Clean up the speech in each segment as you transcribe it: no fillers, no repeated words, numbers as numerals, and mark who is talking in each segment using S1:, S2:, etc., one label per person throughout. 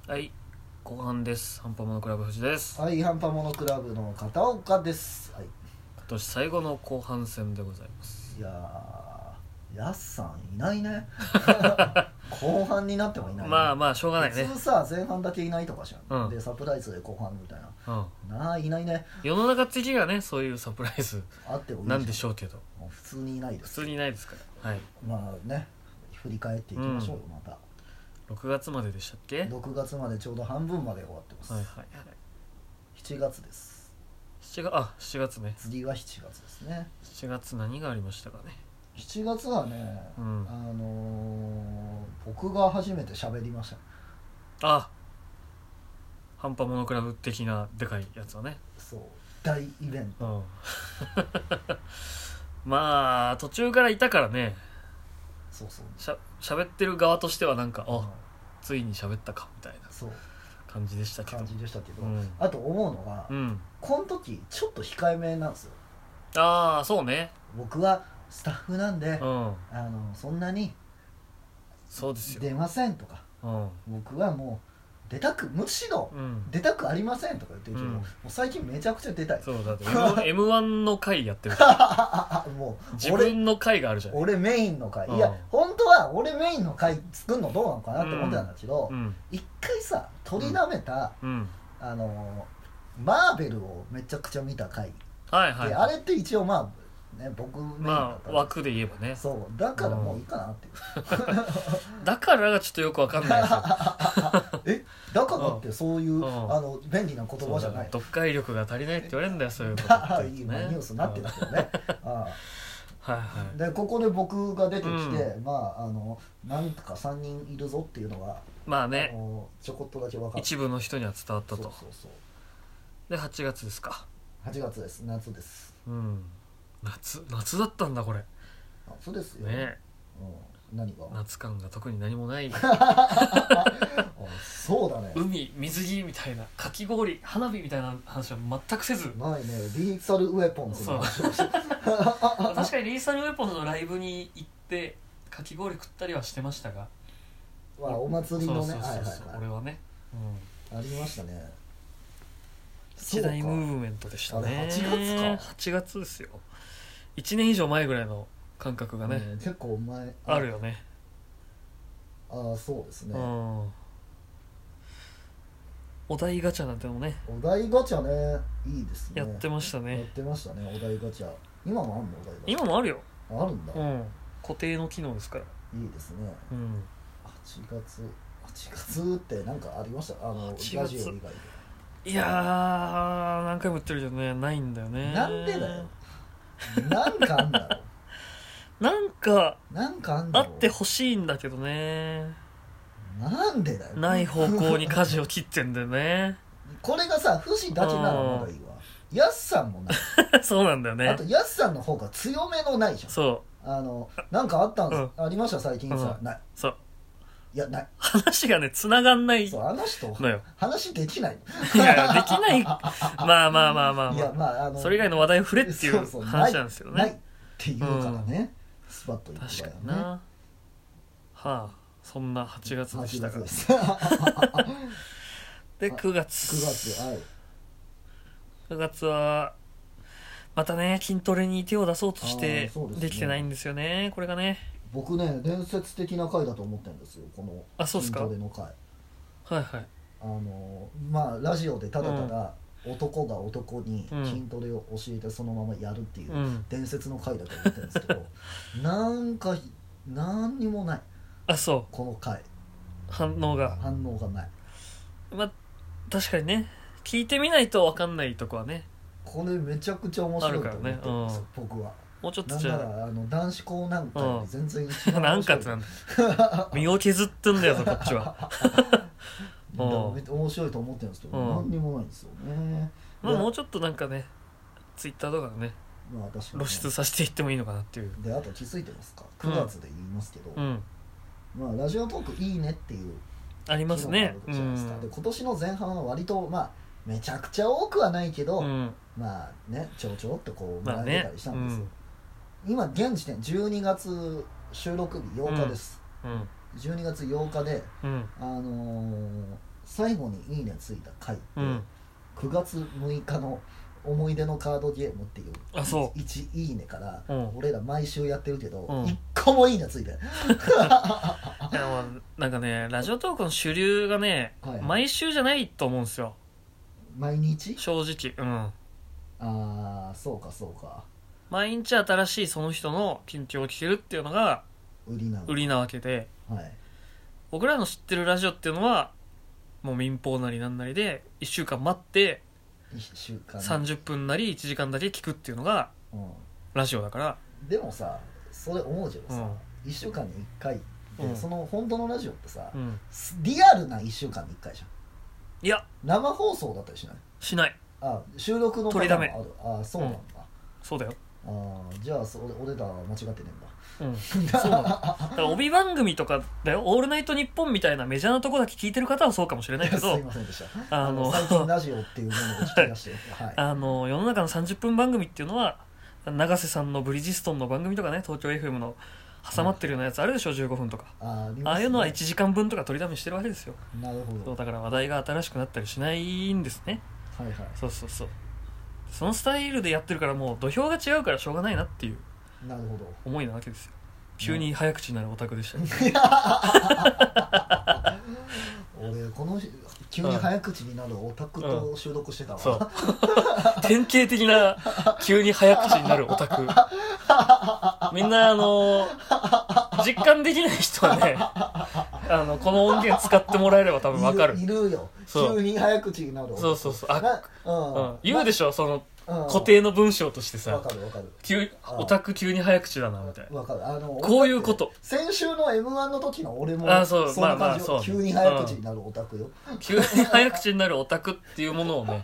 S1: はい、後半です。ハンパモノクラブ藤です。
S2: はい、ハンパモノクラブの片岡です。はい、
S1: 今年最後の後半戦でございます。
S2: いやー、やっさんいないね後半になってもいないね。
S1: まあまあしょうがないね。
S2: 普通さ、前半だけいないとかじゃん、
S1: うん
S2: でサプライズで後半みたい
S1: うん
S2: な、なあ、いないね。
S1: 世の中的にはね、そういうサプライズ
S2: あってもいいじゃ
S1: なんでしょうけど、
S2: もう普通にいないです。
S1: 普通にないですから。はい。
S2: まあね、振り返っていきましょうよ、また
S1: 6月まででしたっけ？
S2: 6月までちょうど半分まで終わってます。
S1: はいはいはい。
S2: 7月です。
S1: 7月ね。
S2: 次は7月ですね。
S1: 7月何がありましたかね。
S2: 7月はね、
S1: うん、
S2: 僕が初めて喋りました。
S1: あ、ハンパモノクラブ的なでかいやつはね。
S2: そう、大イベント。
S1: うんまあ途中からいたからね。
S2: そうそう、
S1: 喋ってる側としてはなんか、
S2: うん、
S1: ついに喋ったかみたいな
S2: そう
S1: 感じでしたけど。
S2: 感じでしたけど、
S1: うん、
S2: あと思うのが、
S1: うん、
S2: この時ちょっと控えめなんですよ。
S1: ああそうね。
S2: 僕はスタッフなんで、
S1: うん、
S2: そんなに
S1: そうですよ。
S2: 出ませんとか、
S1: うん、
S2: 僕はもうむしろ
S1: うん、
S2: 出たくありませんとか言ってるけど、
S1: うん
S2: もう最近めちゃくちゃ出たい。
S1: そうだって M1 の回やってるから
S2: もう
S1: 自分の回があるじゃん。
S2: 俺メインの回、
S1: うん、
S2: いや本当は俺メインの回作るのどうなのかなって思ってたんだけど、
S1: うん、
S2: 一回さ取りだめた、
S1: うん、
S2: マーベルをめちゃくちゃ見た回
S1: はいはい、
S2: で、あれって一応まあね、僕メインだ
S1: ま
S2: った
S1: あ枠で言えばね。
S2: そうだからもういいかなっていう
S1: だからがちょっとよくわかんないですよ
S2: だからってそういう、
S1: うん
S2: 便利な言葉じゃない。
S1: 読解力が足りないって言われるんだよ、そういうことって
S2: いい、まあ、ニュースになってたけどね
S1: はいはい
S2: でここで僕が出てきて、
S1: う
S2: まあなんか3人いるぞっていうのが
S1: まあね、
S2: ちょこっとだけ分かった。
S1: 一部の人には伝わったと。
S2: そうそうそう。
S1: で8月ですか。
S2: 8月です。夏です。
S1: 夏だったんだこれ。
S2: 夏ですよ
S1: ね。
S2: 何が
S1: 夏感が特に何もない
S2: そうだね。
S1: 海、水着みたいな、かき氷、花火みたいな話は全くせず。
S2: ないね。リーサルウェポンズの話をして
S1: 確かにリーサルウェポンのライブに行ってかき氷食ったりはしてましたが、
S2: お祭りのね、
S1: そう俺はね、
S2: ありましたね。
S1: 一大ムーブメントでしたね。
S2: あれ8月か。
S1: 8月ですよ。1年以上前ぐらいの感覚がね、
S2: 結構前
S1: あるよね。
S2: そうですね。
S1: お題ガチャなんてのもね、
S2: お題ガチャね、いいですね。
S1: やってましたね。
S2: やってましたね、お題ガチャ。今もあんの？お題ガチャ
S1: 今もあるよ。
S2: あるんだ。
S1: 固定の機能ですから。
S2: いいですね。8月って何かありました？ラジオ以外で。
S1: いやー、何回も言ってるけどね、ないんだよね。
S2: なんでだよ。なんかあんだろ
S1: なんか
S2: あんだろ
S1: あってほしいんだけどね。
S2: なんでだよ。
S1: ない方向に舵を切ってんだよね
S2: これがさ、富士だけならまだいいわ。やすさんもない
S1: そうなんだよね。
S2: あとやすさんの方が強めのないじゃん。
S1: そう
S2: なんかあったんです、ありました最近さ、ない。
S1: そう
S2: いや、ない。
S1: 話がね繋がんない
S2: そう、あの人
S1: のよ。
S2: 話できない。
S1: いやできないまあ
S2: いや、まあ
S1: それ以外の話題を振れっていう話なんですよね。
S2: ないって言うからね、スパッと言
S1: 確か
S2: うからね。
S1: にな。そんな8月でしたが
S2: 8月です
S1: で9月
S2: はい。
S1: 9月はまたね筋トレに手を出そうとして
S2: そうですね
S1: できてないんですよね、これがね。
S2: 僕ね、伝説的な回だと思ってるんですよ、この筋トレの回。
S1: はいはい。
S2: まあラジオでただただ男が男に筋トレを教えてそのままやるっていう伝説の回だと思ってるんですけど、なんか何にもない。
S1: そう
S2: この回
S1: 反応が
S2: ない。
S1: まあ確かにね、聞いてみないと分かんないとこはね、
S2: これめちゃくちゃ面白いと思ってるんですよ、僕は。
S1: もうちょっと
S2: なんなら男子校なんかより全然一番
S1: なん
S2: 面白い。
S1: かってなんだ身を削ってんだよこっちは
S2: めっちゃ面白いと思ってるんですけど、何にもないんですよね。
S1: もうちょっとなんかね、ツイッターとかでね、
S2: まあ確かに
S1: 露出させていってもいいのかなっていう。
S2: で、あと気づいてますか、9月で言いますけど、まあラジオトークいいねっていう
S1: ありますね。
S2: じゃないですか。で、今年の前半は割とまあめちゃくちゃ多くはないけど、まあね、ちょろちょろっとこうもらえてたりしたんですよ。今現時点12月収録日8日です、12月8日で、 最後にいいねついた回って、
S1: うん
S2: 9月6日の思い出のカードゲームっていう
S1: あそう
S2: 1いいねから、
S1: うん
S2: 俺ら毎週やってるけど、
S1: うん
S2: 1個もいいねついて
S1: いやもうなんかねラジオトークの主流がね、
S2: はい
S1: 毎週じゃないと思うんですよ
S2: 毎日。
S1: 正直。うん
S2: ああそうかそうか、
S1: 毎日新しいその人の近況を聞けるっていうのが売りなわけで、
S2: はい、
S1: 僕らの知ってるラジオっていうのはもう民放なりなんなりで1週間待って
S2: 1週間、
S1: 30分なり1時間だけ聞くっていうのがラジオだから。
S2: でもさそれ思うけどさ、1週間に1回で、その本当のラジオってさ、リアルな1週間に1回じゃん。
S1: いや
S2: 生放送だったりしない？
S1: しない。
S2: 収録の
S1: 取りだめ。
S2: そうなんだ、
S1: そうだよ。
S2: じゃあ俺らは間違ってねえんだ。
S1: そうなんだ。だから帯番組とかだよ。オールナイトニッポンみたいなメジャーなとこだけ聞いてる方はそうかもしれないけど
S2: すいませんでした。最近ラジオっていうものを聞き出して、はい、
S1: 世の中の30分番組っていうのは永瀬さんのブリヂストンの番組とかね、東京 FM の挟まってるようなやつあるでしょ、15分とか。ああいうのは1時間分とか取りだめしてるわけですよ。
S2: なるほど。
S1: そうだから話題が新しくなったりしないんですね。
S2: はいはい。
S1: そうそうそう。そのスタイルでやってるからもう土俵が違うからしょうがないなっていう思いなわけですよ。急に早口になるオタクでしたね。
S2: 俺この急に早口になるオタクと収録してたわ、
S1: そう典型的な急に早口になるオタク。みんな実感できない人はねこの音源使ってもらえれば多分分かる。
S2: いるよ、急に早口になるオタク。
S1: そうそうそう言うでしょ、その固定の文章としてさ、
S2: わかるわかる、
S1: オタク急に早口だなみたいな。
S2: わかる。
S1: こういうこと。
S2: 先週の M1 の時の俺も
S1: そ
S2: んな感じよ。急に早口になるオタクよ。
S1: 急に早口になるオタクっていうものをね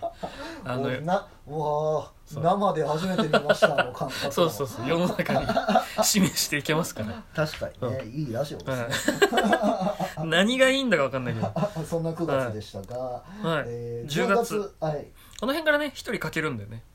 S2: 生で初めて見ましたの感覚。
S1: そうそうそう、世の中に示していけますから
S2: 確かにね、いいラジオですね。
S1: 何がいいんだか分かんないけど
S2: そんな9月でしたが、
S1: 10月、この辺からね一人かけるんだよね。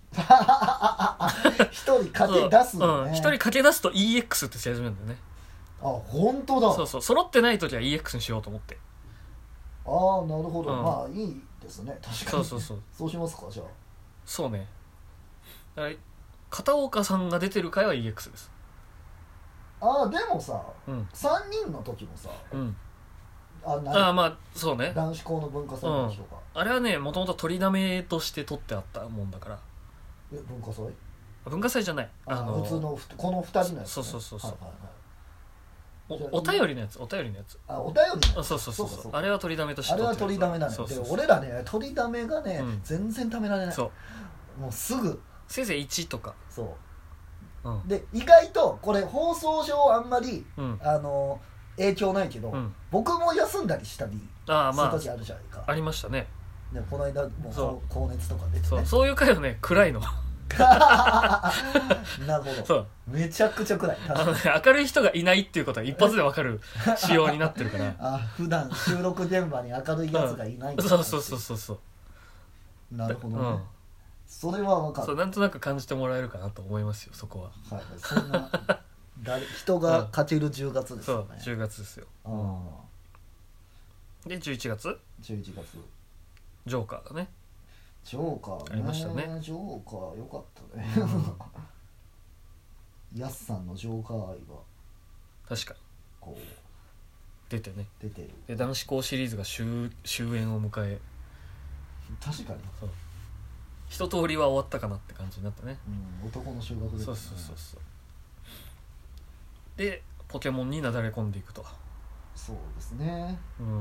S2: 一人かけ出すのね。
S1: 一人かけ出すと EX ってし始めるんだよね。
S2: 本当だ。
S1: そうそう、揃ってない時は EX にしようと思って。
S2: なるほど、まあいいですね、確かに。そうしますか、じゃあ。
S1: そうね。片岡さんが出てる回は EX です。
S2: でもさ、3人の時もさ、
S1: まあそうね、
S2: 男子校の文化祭の時とか、
S1: あれはねもともと取りだめとして取ってあったもんだから。文化祭じゃない、
S2: 普通のこの2人のやつ、
S1: そうそうそうそう、お便りのやつ、お便りのやつ、
S2: お便りのやつ、
S1: そうそうそうそう、あれは取りだめとして
S2: 取ってある。あれは取りだめなんで、俺らね取りだめがね全然ためられない。もうすぐ
S1: せいぜい1とか。
S2: そうで、意外とこれ放送上あんまり影響ないけど、僕も休んだりしたりする時あるじゃないか。
S1: ありましたね。
S2: この間も高熱とか出てね。
S1: そういう回はね暗いの。
S2: なるほど。めちゃくちゃ暗い。
S1: 明るい人がいないっていうことは一発で分かる仕様になってるから。
S2: 普段収録現場に明るいやつがいないんだ。
S1: そうそうそうそうそう。
S2: なるほどね。それは分かる。
S1: なんとなく感じてもらえるかなと思いますよ、そこは。
S2: はい、そんな人が勝てる10月ですよね。
S1: そう、10月ですよ。で11月ジョーカーがね、
S2: ジョーカーね、
S1: ありましたね。
S2: ジョーカーよかったね。ヤスさんのジョーカー愛が
S1: 確かに
S2: こう
S1: 出てね。
S2: 出てる。
S1: で男子校シリーズが終焉を迎え、
S2: 確かに
S1: 一通りは終わったかなって感じになったね。
S2: 男の修学で。
S1: そうでポケモンになだれ込んでいくと。
S2: そうですね。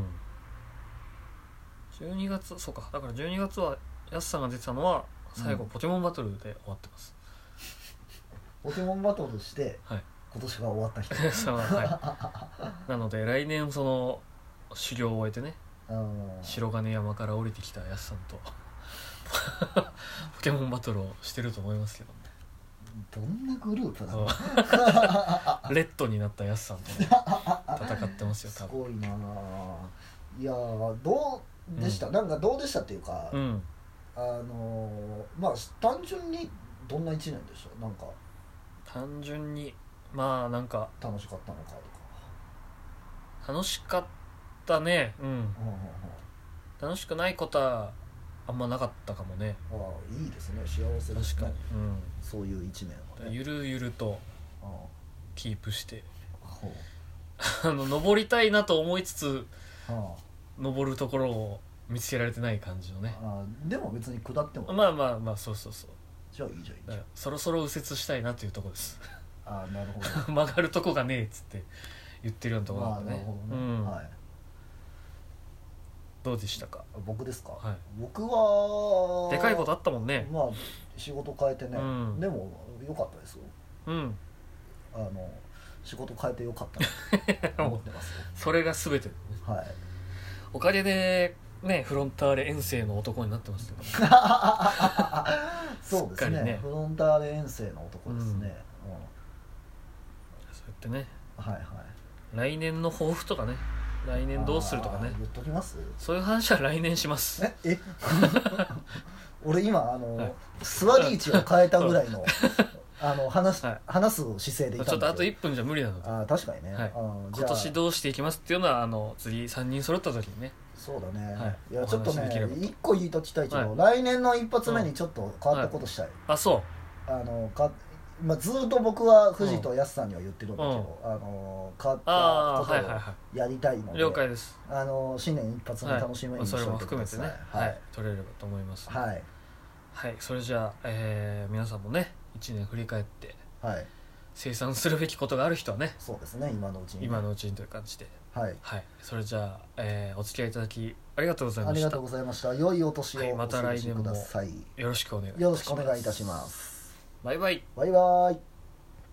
S1: 12月、そうか、だから12月はヤスさんが出てたのは最後ポケモンバトルで終わってます。
S2: ポケモンバトルして今年が終わった人。
S1: なので来年その修行を終えてね、白金山から降りてきたヤスさんとポケモンバトルをしてると思いますけどね。
S2: どんなグループなの。
S1: レッドになったヤスさんと、ね、戦ってますよ多分。
S2: すごいな。いやどうでした、なんかどうでしたっていうか、まあ単純にどんな1年でした。なんか
S1: 単純にまあなんか
S2: 楽しかったのかとか。
S1: 楽しかったね。 楽しくないことはあんまなかったかもね。
S2: ああいいですね、幸せですね。
S1: 確かに、
S2: そういう一年はね。
S1: ゆるゆると
S2: ああ
S1: キープして
S2: ほ
S1: 登りたいなと思いつつ
S2: うあ
S1: 登るところを見つけられてない感じのね。
S2: あでも別に下っても
S1: まあまあまあ、そうそうそう。
S2: じゃあいいじゃんいいじゃん。
S1: そろそろ右折したいなというところです
S2: ああなるほど
S1: 曲がるとこがねえっつって言ってるようなところなんでね。
S2: なるほどね、はい。
S1: どうでしたか？
S2: 僕ですか、
S1: はい、
S2: 僕は
S1: でかいことあったもんね。
S2: まあ仕事変えてね、でも良かったですよ。仕事変えて良かったと思ってますよ
S1: それが全て、ね、
S2: はい。
S1: おかげでねフロンターレ遠征の男になってますけど
S2: そうです ねフロンターレ遠征の男ですね、
S1: そうやってね、
S2: はいはい、
S1: 来年の抱負とかね、来年どうするとかね、
S2: 言っときます。
S1: そういう話は来年します。
S2: 俺今座り位置を変えたぐらいの話す姿勢でいたんですよ。
S1: ちょっとあと1分じゃ無理なので。
S2: 確かにね、
S1: 今年どうしていきますっていうのは次3人揃った時にね。
S2: そうだね、
S1: はい、
S2: いやちょっとね1個言いときたいけど、来年の一発目にちょっと変わったことしたい、
S1: あ、そう
S2: ずっと僕は藤と安さんには言ってるんだけど、変わったことをやりたいので、
S1: 了解です。
S2: 新年一発目楽しみにしておいてください。
S1: それも含めてね、取れればと思います。はい、それじゃあ、皆さんもね1年振り返って、清算するべきことがある人はね、
S2: そうですね、今のうちに
S1: という感じで、それじゃあ、お付き合いいただきありがとうございました。
S2: ありがとうございました。良いお年を
S1: また来年も
S2: よろしくお願いいたします。
S1: よろしくお願いいたします。バイバイ。
S2: バイバイ。